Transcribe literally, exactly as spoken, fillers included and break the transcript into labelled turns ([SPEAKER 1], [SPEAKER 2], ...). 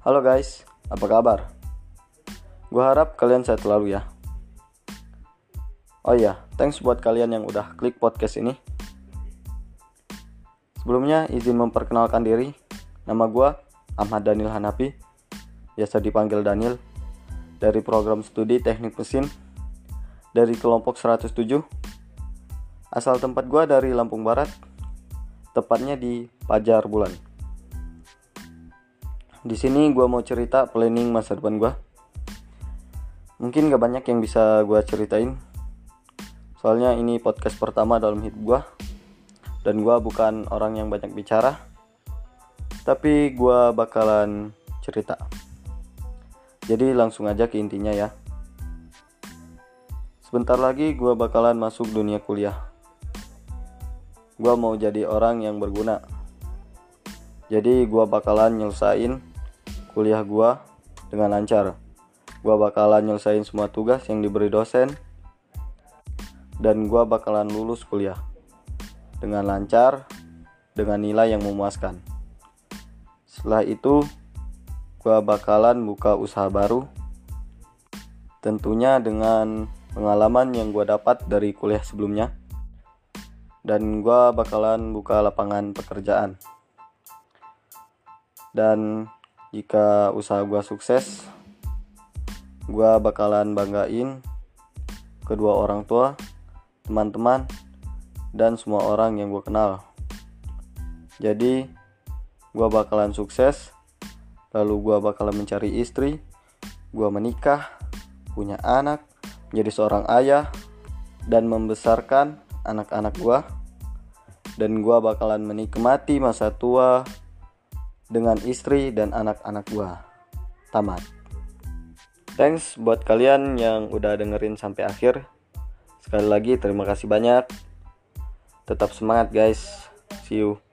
[SPEAKER 1] Halo guys, apa kabar? Gue harap kalian sehat selalu ya. Oh iya, thanks buat kalian yang udah klik podcast ini. Sebelumnya izin memperkenalkan diri. Nama gue Ahmad Daniel Hanafi, biasa dipanggil Daniel, dari program studi teknik mesin dari kelompok seratus tujuh. Asal tempat gue dari Lampung Barat, tepatnya di Pajar Bulan. Di sini gue mau cerita planning masa depan gue. Mungkin gak banyak yang bisa gue ceritain, soalnya ini podcast pertama dalam hidup gue. Dan gue bukan orang yang banyak bicara, tapi gue bakalan cerita. Jadi langsung aja ke intinya ya. Sebentar lagi gue bakalan masuk dunia kuliah. Gue mau jadi orang yang berguna. Jadi gue bakalan nyelesain kuliah gue dengan lancar. Gue bakalan nyelesain semua tugas yang diberi dosen. Dan gue bakalan lulus kuliah dengan lancar, dengan nilai yang memuaskan. Setelah itu gue bakalan buka usaha baru, tentunya dengan pengalaman yang gue dapat dari kuliah sebelumnya. Dan gue bakalan buka lapangan pekerjaan. Dan jika usaha gue sukses, gue bakalan banggain kedua orang tua, teman-teman, dan semua orang yang gue kenal. Jadi gue bakalan sukses, lalu gue bakalan mencari istri, gue menikah, punya anak, menjadi seorang ayah, dan membesarkan anak-anak gue. Dan gue bakalan menikmati masa tua dengan istri dan anak-anak gue. Tamat. Thanks buat kalian yang udah dengerin sampai akhir. Sekali lagi terima kasih banyak. Tetap semangat guys. See you.